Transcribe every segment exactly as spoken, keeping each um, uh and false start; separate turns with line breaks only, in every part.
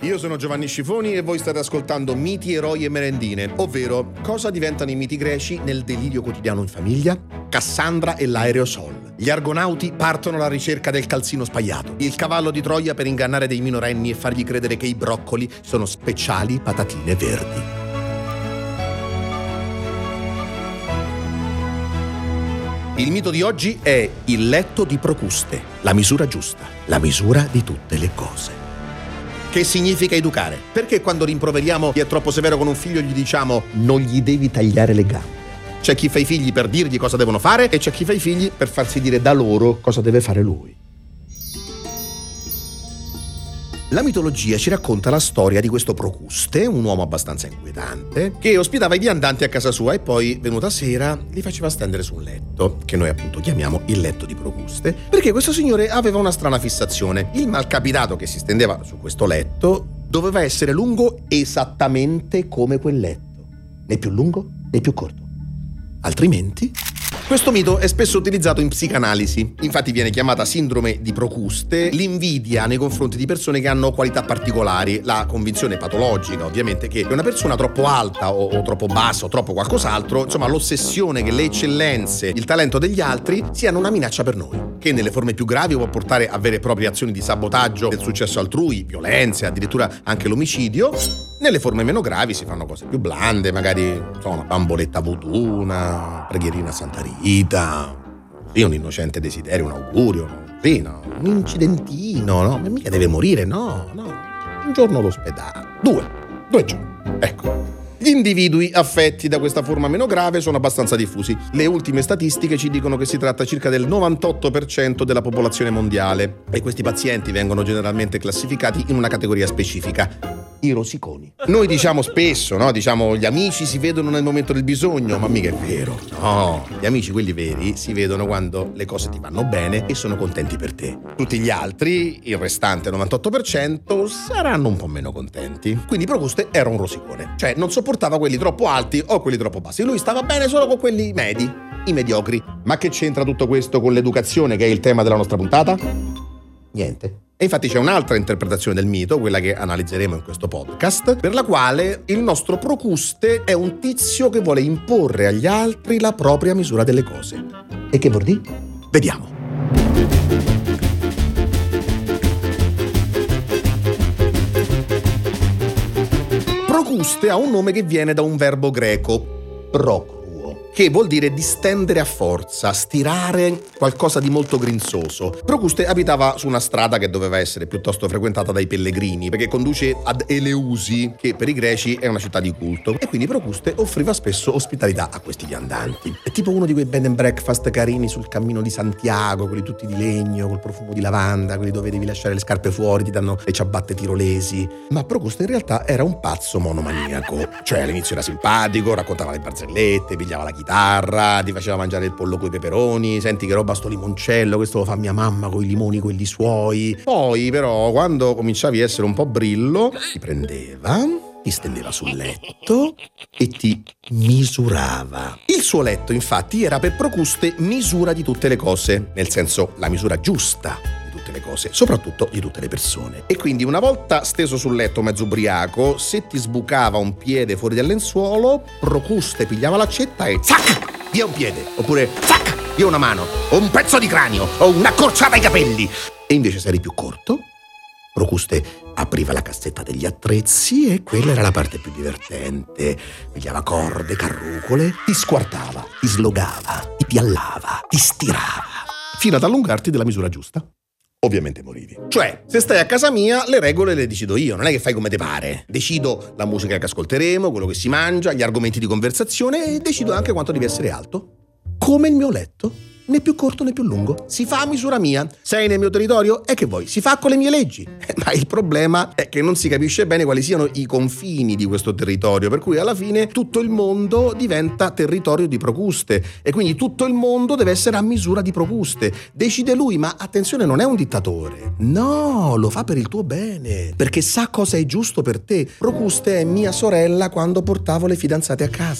Io sono Giovanni Scifoni e voi state ascoltando Miti, Eroi e Merendine, ovvero cosa diventano i miti greci nel delirio quotidiano in famiglia? Cassandra e l'aerosol. Gli argonauti partono alla ricerca del calzino spaiato. Il cavallo di Troia per ingannare dei minorenni e fargli credere che i broccoli sono speciali patatine verdi. Il mito di oggi è il letto di Procuste, la misura giusta, la misura di tutte le cose. Che significa educare? Perché quando rimproveriamo chi è troppo severo con un figlio gli diciamo non gli devi tagliare le gambe? C'è chi fa i figli per dirgli cosa devono fare e c'è chi fa i figli per farsi dire da loro cosa deve fare lui. La mitologia ci racconta la storia di questo Procuste, un uomo abbastanza inquietante, che ospitava i viandanti a casa sua e poi, venuta sera, li faceva stendere su un letto, che noi appunto chiamiamo il letto di Procuste, perché questo signore aveva una strana fissazione. Il malcapitato che si stendeva su questo letto doveva essere lungo esattamente come quel letto, né più lungo né più corto. Altrimenti... Questo mito è spesso utilizzato in psicanalisi, infatti viene chiamata sindrome di Procuste l'invidia nei confronti di persone che hanno qualità particolari, la convinzione patologica ovviamente che una persona troppo alta o, o troppo bassa o troppo qualcos'altro, insomma l'ossessione che le eccellenze, il talento degli altri siano una minaccia per noi, che nelle forme più gravi può portare a vere e proprie azioni di sabotaggio del successo altrui, violenze, addirittura anche l'omicidio. Nelle forme meno gravi si fanno cose più blande, magari insomma, una bamboletta voodoo, una preghierina a Santa Rita, sì, un innocente desiderio, un augurio, sì, no, un incidentino, no, ma mica deve morire, no, no, un giorno all'ospedale, due, due giorni, ecco. Gli individui affetti da questa forma meno grave sono abbastanza diffusi. Le ultime statistiche ci dicono che si tratta circa del novantotto per cento della popolazione mondiale e questi pazienti vengono generalmente classificati in una categoria specifica. I rosiconi. Noi diciamo spesso, no? Diciamo gli amici si vedono nel momento del bisogno, ma mica è vero. No, gli amici quelli veri si vedono quando le cose ti vanno bene e sono contenti per te. Tutti gli altri, il restante novantotto per cento, saranno un po' meno contenti. Quindi Procuste era un rosicone, cioè non sopportava quelli troppo alti o quelli troppo bassi. Lui stava bene solo con quelli medi, i mediocri. Ma che c'entra tutto questo con l'educazione, che è il tema della nostra puntata? Niente. E infatti c'è un'altra interpretazione del mito, quella che analizzeremo in questo podcast, per la quale il nostro Procuste è un tizio che vuole imporre agli altri la propria misura delle cose. E che vuol dire? Vediamo. Procuste ha un nome che viene da un verbo greco, procruo, che vuol dire distendere a forza, stirare qualcosa di molto grinzoso. Procuste abitava su una strada che doveva essere piuttosto frequentata dai pellegrini, perché conduce ad Eleusi, che per i greci è una città di culto. E quindi Procuste offriva spesso ospitalità a questi viandanti. È tipo uno di quei bed and breakfast carini sul cammino di Santiago, quelli tutti di legno, col profumo di lavanda, quelli dove devi lasciare le scarpe fuori, ti danno le ciabatte tirolesi. Ma Procuste in realtà era un pazzo monomaniaco. Cioè all'inizio era simpatico, raccontava le barzellette, pigliava la chitarra, ti faceva mangiare il pollo coi peperoni, senti che roba sto limoncello, questo lo fa mia mamma coi limoni quelli suoi. Poi però quando cominciavi a essere un po' brillo ti prendeva, ti stendeva sul letto e ti misurava. Il suo letto infatti era per Procuste misura di tutte le cose, nel senso la misura giusta di tutte le cose, soprattutto di tutte le persone. E quindi una volta steso sul letto mezzo ubriaco, se ti sbucava un piede fuori dal lenzuolo, Procuste pigliava l'accetta e zac! Via un piede, oppure zac! Via una mano, o un pezzo di cranio, o un'accorciata ai capelli. E invece se eri più corto, Procuste apriva la cassetta degli attrezzi e quella era la parte più divertente. Pigliava corde, carrucole, ti squartava, ti slogava, ti piallava, ti stirava, fino ad allungarti della misura giusta. Ovviamente morivi. Cioè, se stai a casa mia, le regole le decido io, non è che fai come te pare. Decido la musica che ascolteremo, quello che si mangia, gli argomenti di conversazione e decido anche quanto devi essere alto. Come il mio letto, né più corto né più lungo. Si fa a misura mia. Sei nel mio territorio? E che vuoi? Si fa con le mie leggi. Ma il problema è che non si capisce bene quali siano i confini di questo territorio, per cui alla fine tutto il mondo diventa territorio di Procuste e quindi tutto il mondo deve essere a misura di Procuste. Decide lui, ma attenzione, non è un dittatore. No, lo fa per il tuo bene, perché sa cosa è giusto per te. Procuste è mia sorella quando portavo le fidanzate a casa.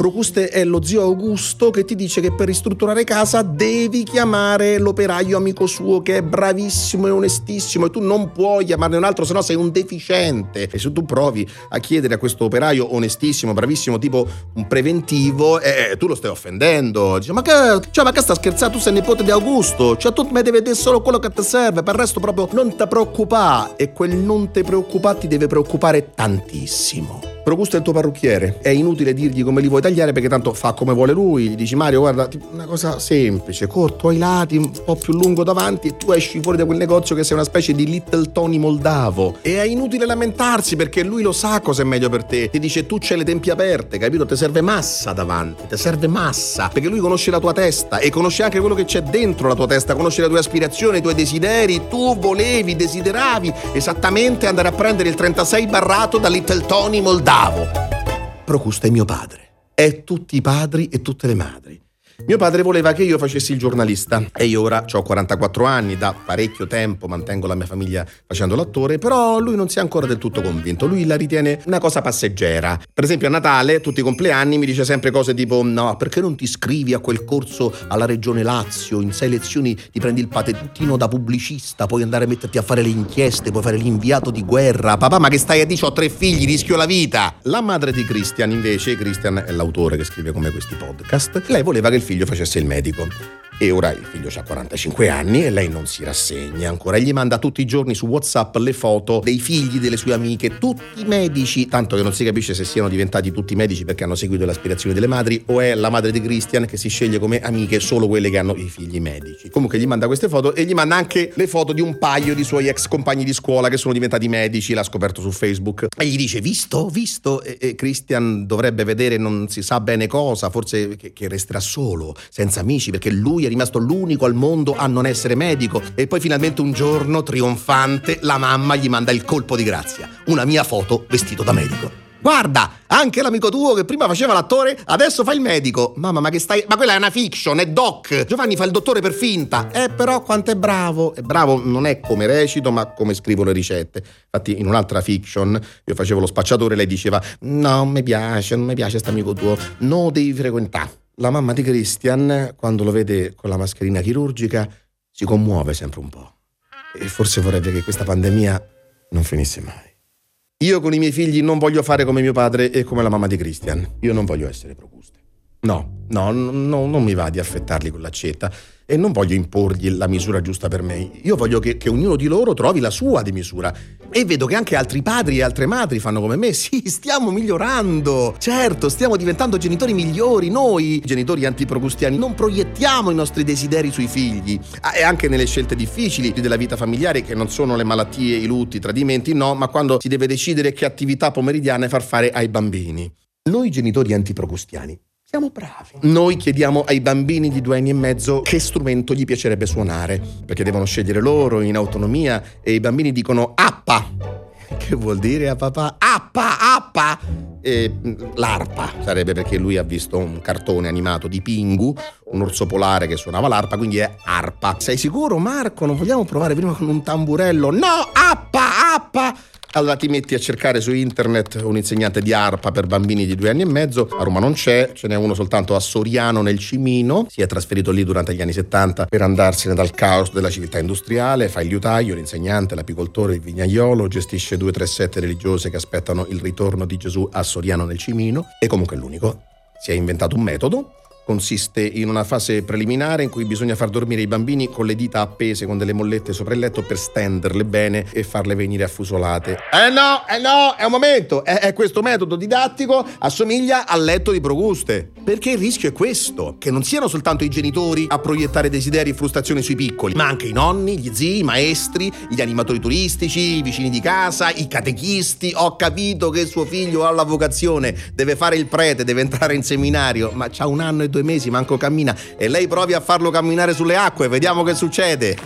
Procuste è lo zio Augusto che ti dice che per ristrutturare casa devi chiamare l'operaio amico suo che è bravissimo e onestissimo e tu non puoi chiamarne un altro, sennò sei un deficiente. E se tu provi a chiedere a questo operaio onestissimo, bravissimo, tipo un preventivo, eh, tu lo stai offendendo. Dice, ma che, cioè, ma che sta scherzando? Tu sei nipote di Augusto, cioè tu mi devi vedere solo quello che ti serve, per il resto proprio non ti preoccupare. E quel non ti preoccupare ti deve preoccupare tantissimo. Procusto è il tuo parrucchiere, è inutile dirgli come li vuoi tagliare perché tanto fa come vuole lui. Gli dici, Mario, guarda, una cosa semplice, corto ai lati, un po' più lungo davanti, e tu esci fuori da quel negozio che sei una specie di Little Tony moldavo. E è inutile lamentarsi perché lui lo sa cosa è meglio per te. Ti dice, tu c'hai le tempie aperte, capito? Ti serve massa davanti, ti serve massa, perché lui conosce la tua testa e conosce anche quello che c'è dentro la tua testa, conosce le tue aspirazioni, i tuoi desideri. Tu volevi, desideravi esattamente andare a prendere il trentasei barrato da Little Tony moldavo. Procusto è mio padre, è tutti i padri e tutte le madri. Mio padre voleva che io facessi il giornalista e io ora ho quarantaquattro anni, da parecchio tempo mantengo la mia famiglia facendo l'attore, però lui non si è ancora del tutto convinto, lui la ritiene una cosa passeggera. Per esempio a Natale, tutti i compleanni, mi dice sempre cose tipo, no, perché non ti iscrivi a quel corso alla Regione Lazio, in sei lezioni ti prendi il patentino da pubblicista, puoi andare a metterti a fare le inchieste, puoi fare l'inviato di guerra. Papà, ma che stai a dire? Ho tre figli, rischio la vita. La madre di Christian invece, Christian è l'autore che scrive come questi podcast, lei voleva che il figlio facesse il medico. E ora il figlio ha quarantacinque anni e lei non si rassegna ancora. Gli manda tutti i giorni su WhatsApp le foto dei figli delle sue amiche, tutti medici, tanto che non si capisce se siano diventati tutti medici perché hanno seguito le aspirazioni delle madri o è la madre di Christian che si sceglie come amiche solo quelle che hanno i figli medici. Comunque gli manda queste foto e gli manda anche le foto di un paio di suoi ex compagni di scuola che sono diventati medici, l'ha scoperto su Facebook. E gli dice, visto? Visto? E, e Christian dovrebbe vedere non si sa bene cosa, forse che, che resterà solo, senza amici, perché lui è rimasto l'unico al mondo a non essere medico. E poi finalmente un giorno, trionfante, la mamma gli manda il colpo di grazia, una mia foto vestito da medico. Guarda, anche l'amico tuo che prima faceva l'attore adesso fa il medico. Mamma, ma che stai... Ma quella è una fiction, è doc. Giovanni fa il dottore per finta. Eh, però quanto è bravo. È bravo non è come recito, ma come scrivo le ricette. Infatti in un'altra fiction io facevo lo spacciatore, lei diceva, no, mi piace, non mi piace st'amico tuo, no, devi frequentare. La mamma di Christian, quando lo vede con la mascherina chirurgica, si commuove sempre un po'. E forse vorrebbe che questa pandemia non finisse mai. Io con i miei figli non voglio fare come mio padre e come la mamma di Christian. Io non voglio essere Procuste. No, no, no, non mi va di affettarli con l'accetta e non voglio imporgli la misura giusta per me. Io voglio che, che ognuno di loro trovi la sua di misura. E vedo che anche altri padri e altre madri fanno come me. Sì, stiamo migliorando. Certo, stiamo diventando genitori migliori. Noi, genitori antiprocustiani, non proiettiamo i nostri desideri sui figli. E anche nelle scelte difficili della vita familiare, che non sono le malattie, i lutti, i tradimenti, no, ma quando si deve decidere che attività pomeridiane far fare ai bambini. Noi genitori antiprocustiani siamo bravi. Noi chiediamo ai bambini di due anni e mezzo che strumento gli piacerebbe suonare, perché devono scegliere loro in autonomia e i bambini dicono appa. Che vuol dire a papà? Appa, appa! E l'arpa sarebbe perché lui ha visto un cartone animato di Pingu, un orso polare che suonava l'arpa, quindi è arpa. Sei sicuro, Marco? Non vogliamo provare prima con un tamburello? No, appa, appa! Allora ti metti a cercare su internet un insegnante di arpa per bambini di due anni e mezzo. A Roma non c'è, ce n'è uno soltanto a Soriano nel Cimino. Si è trasferito lì durante gli anni settanta per andarsene dal caos della civiltà industriale. Fa il liutaio, l'insegnante, l'apicoltore, il vignaiolo, gestisce due tre sette religiose che aspettano il ritorno di Gesù a Soriano nel Cimino. E comunque è l'unico. Si è inventato un metodo. Consiste in una fase preliminare in cui bisogna far dormire i bambini con le dita appese con delle mollette sopra il letto per stenderle bene e farle venire affusolate. Eh no, eh no, è un momento. È, è questo metodo didattico assomiglia al letto di Procuste. Perché il rischio è questo, che non siano soltanto i genitori a proiettare desideri e frustrazioni sui piccoli, ma anche i nonni, gli zii, i maestri, gli animatori turistici, i vicini di casa, i catechisti. Ho capito che suo figlio ha la vocazione, deve fare il prete, deve entrare in seminario, ma c'ha un anno e due mesi, manco cammina, e lei provi a farlo camminare sulle acque, vediamo che succede.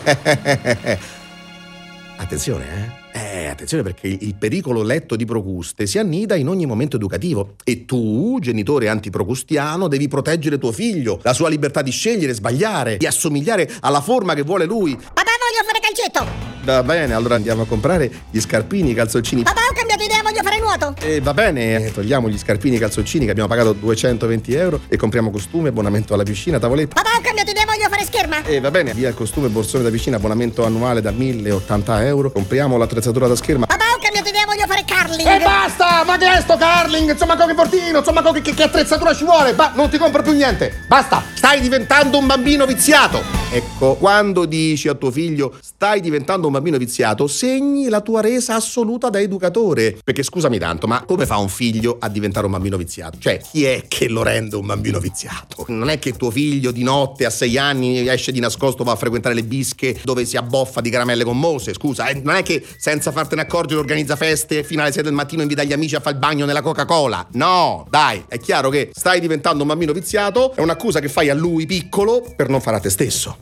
Attenzione, eh? Eh, attenzione, perché il pericolo letto di Procuste si annida in ogni momento educativo e tu, genitore antiprocustiano, devi proteggere tuo figlio, la sua libertà di scegliere, sbagliare, di assomigliare alla forma che vuole lui.
Papà, voglio fare calcetto!
Va bene, allora andiamo a comprare gli scarpini, i calzoncini.
Papà, ho cambiato idea, voglio voglio fare nuoto.
E va bene, eh, togliamo gli scarpini e i calzoncini che abbiamo pagato duecentoventi euro e compriamo costume, abbonamento alla piscina, tavoletta.
Papà, ho cambiato idea, voglio fare scherma.
E va bene, via il costume e borsone da piscina, abbonamento annuale da mille ottanta euro, compriamo l'attrezzatura da scherma.
Papà, ho cambiato idea, voglio fare curling.
E basta, ma che è sto curling? Insomma, con che portino, insomma, con che, che attrezzatura ci vuole? Ma non ti compro più niente, basta, stai diventando un bambino viziato. Ecco, quando dici a tuo figlio stai diventando un bambino viziato, segni la tua resa assoluta da educatore. Perché scusami tanto, ma come fa un figlio a diventare un bambino viziato? Cioè, chi è che lo rende un bambino viziato? Non è che tuo figlio di notte a sei anni esce di nascosto, va a frequentare le bische dove si abboffa di caramelle con mose, scusa, eh? Non è che senza fartene accorgere organizza feste fino alle sei del mattino, invita gli amici a fare il bagno nella Coca-Cola. No, dai, è chiaro che stai diventando un bambino viziato, è un'accusa che fai a lui piccolo per non fare a te stesso.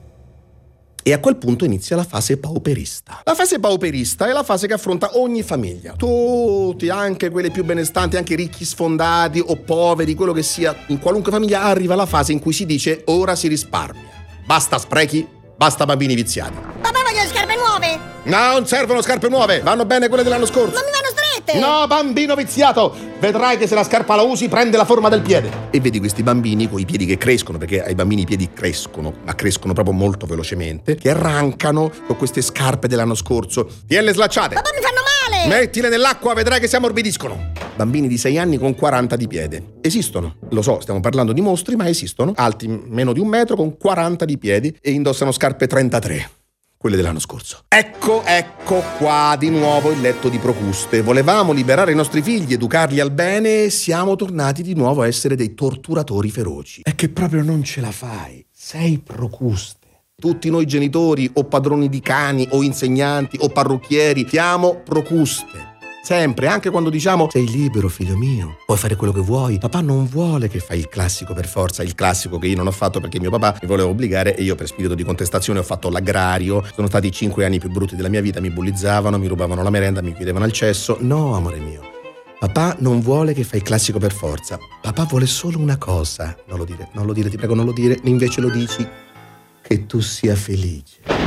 E a quel punto inizia la fase pauperista. La fase pauperista è la fase che affronta ogni famiglia. Tutti, anche quelle più benestanti, anche ricchi sfondati o poveri, quello che sia, in qualunque famiglia arriva la fase in cui si dice ora si risparmia. Basta sprechi, basta bambini viziati.
Papà, voglio le scarpe nuove.
No, non servono scarpe nuove, vanno bene quelle dell'anno scorso.
Non mi vanno strette.
No, bambino viziato, vedrai che se la scarpa la usi prende la forma del piede. E vedi questi bambini con i piedi che crescono, perché ai bambini i piedi crescono, ma crescono proprio molto velocemente, che arrancano con queste scarpe dell'anno scorso. Tienle slacciate.
Papà, mi fanno male.
Mettile nell'acqua, vedrai che si ammorbidiscono. Bambini di sei anni con quaranta di piede. Esistono, lo so, stiamo parlando di mostri, ma esistono. Alti meno di un metro con quaranta di piedi e indossano scarpe trentatré. Quelle dell'anno scorso. Ecco, ecco qua di nuovo il letto di Procuste. Volevamo liberare i nostri figli, educarli al bene e siamo tornati di nuovo a essere dei torturatori feroci. È che proprio non ce la fai. Sei Procuste. Tutti noi genitori o padroni di cani o insegnanti o parrucchieri siamo Procuste. Sempre, anche quando diciamo sei libero figlio mio, puoi fare quello che vuoi. Papà non vuole che fai il classico per forza, il classico che io non ho fatto perché mio papà mi voleva obbligare e io per spirito di contestazione ho fatto l'agrario. Sono stati i cinque anni più brutti della mia vita, mi bullizzavano, mi rubavano la merenda, mi chiudevano al cesso. No, amore mio, papà non vuole che fai il classico per forza. Papà vuole solo una cosa. Non lo dire, non lo dire, ti prego, non lo dire. Invece lo dici, che tu sia felice.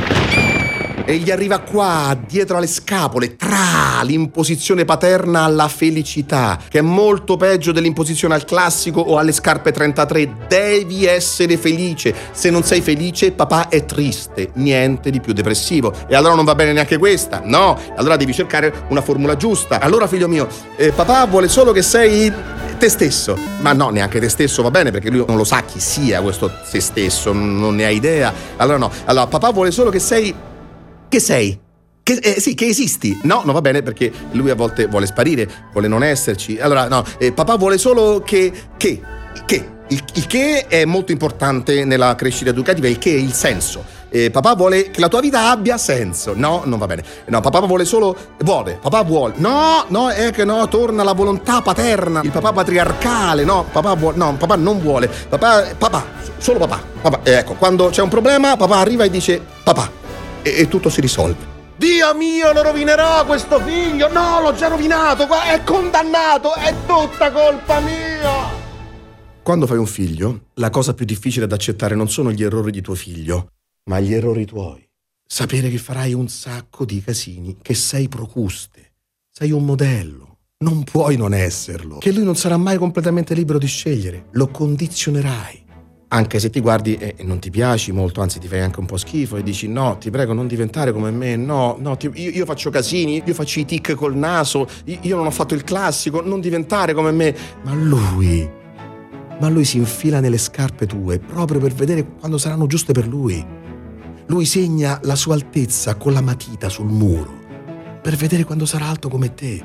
E gli arriva qua, dietro alle scapole, tra l'imposizione paterna alla felicità, che è molto peggio dell'imposizione al classico o alle scarpe trentatré. Devi essere felice. Se non sei felice, papà è triste. Niente di più depressivo. E allora non va bene neanche questa. No, allora devi cercare una formula giusta. Allora, figlio mio, eh, papà vuole solo che sei te stesso. Ma no, neanche te stesso va bene, perché lui non lo sa chi sia questo te stesso, non ne ha idea. Allora no, allora papà vuole solo che sei... Che sei? Che, eh, sì, che esisti. No, non va bene perché lui a volte vuole sparire, vuole non esserci. Allora, no, eh, papà vuole solo che... Che? Che? Il, il che è molto importante nella crescita educativa, il che è il senso. Eh, papà vuole che la tua vita abbia senso. No, non va bene. No, papà vuole solo... Vuole, papà vuole. No, no, è che no, torna la volontà paterna, il papà patriarcale. No, papà vuole... No, papà non vuole. Papà, papà, solo papà. Papà. Eh, ecco, quando c'è un problema, papà arriva e dice papà. E, e tutto si risolve. Dio mio, lo rovinerò questo figlio! No, l'ho già rovinato! È condannato! È tutta colpa mia! Quando fai un figlio, la cosa più difficile da accettare non sono gli errori di tuo figlio, ma gli errori tuoi. Sapere che farai un sacco di casini, che sei Procuste, sei un modello, non puoi non esserlo, che lui non sarà mai completamente libero di scegliere, lo condizionerai. Anche se ti guardi e non ti piaci molto, anzi ti fai anche un po' schifo e dici no, ti prego non diventare come me, no, no, ti, io, io faccio casini, io faccio i tic col naso, io, io non ho fatto il classico, non diventare come me. Ma lui, ma lui si infila nelle scarpe tue proprio per vedere quando saranno giuste per lui. Lui segna la sua altezza con la matita sul muro per vedere quando sarà alto come te.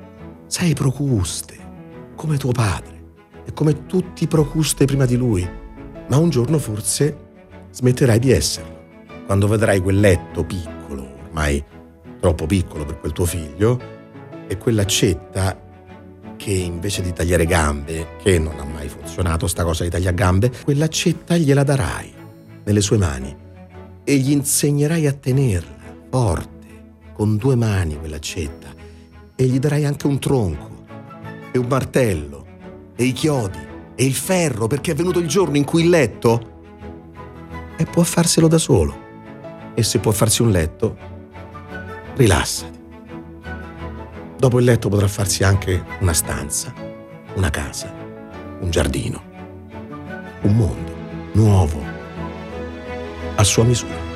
Sei Procuste, come tuo padre e come tutti i Procuste prima di lui. Ma un giorno forse smetterai di esserlo. Quando vedrai quel letto piccolo, ormai troppo piccolo per quel tuo figlio, e quell'accetta che invece di tagliare gambe, che non ha mai funzionato sta cosa di tagliare gambe, quell'accetta gliela darai nelle sue mani e gli insegnerai a tenerla forte, con due mani quell'accetta, e gli darai anche un tronco e un martello e i chiodi e il ferro, perché è venuto il giorno in cui il letto e può farselo da solo. E se può farsi un letto, rilassati. Dopo il letto potrà farsi anche una stanza, una casa, un giardino, un mondo nuovo, a sua misura.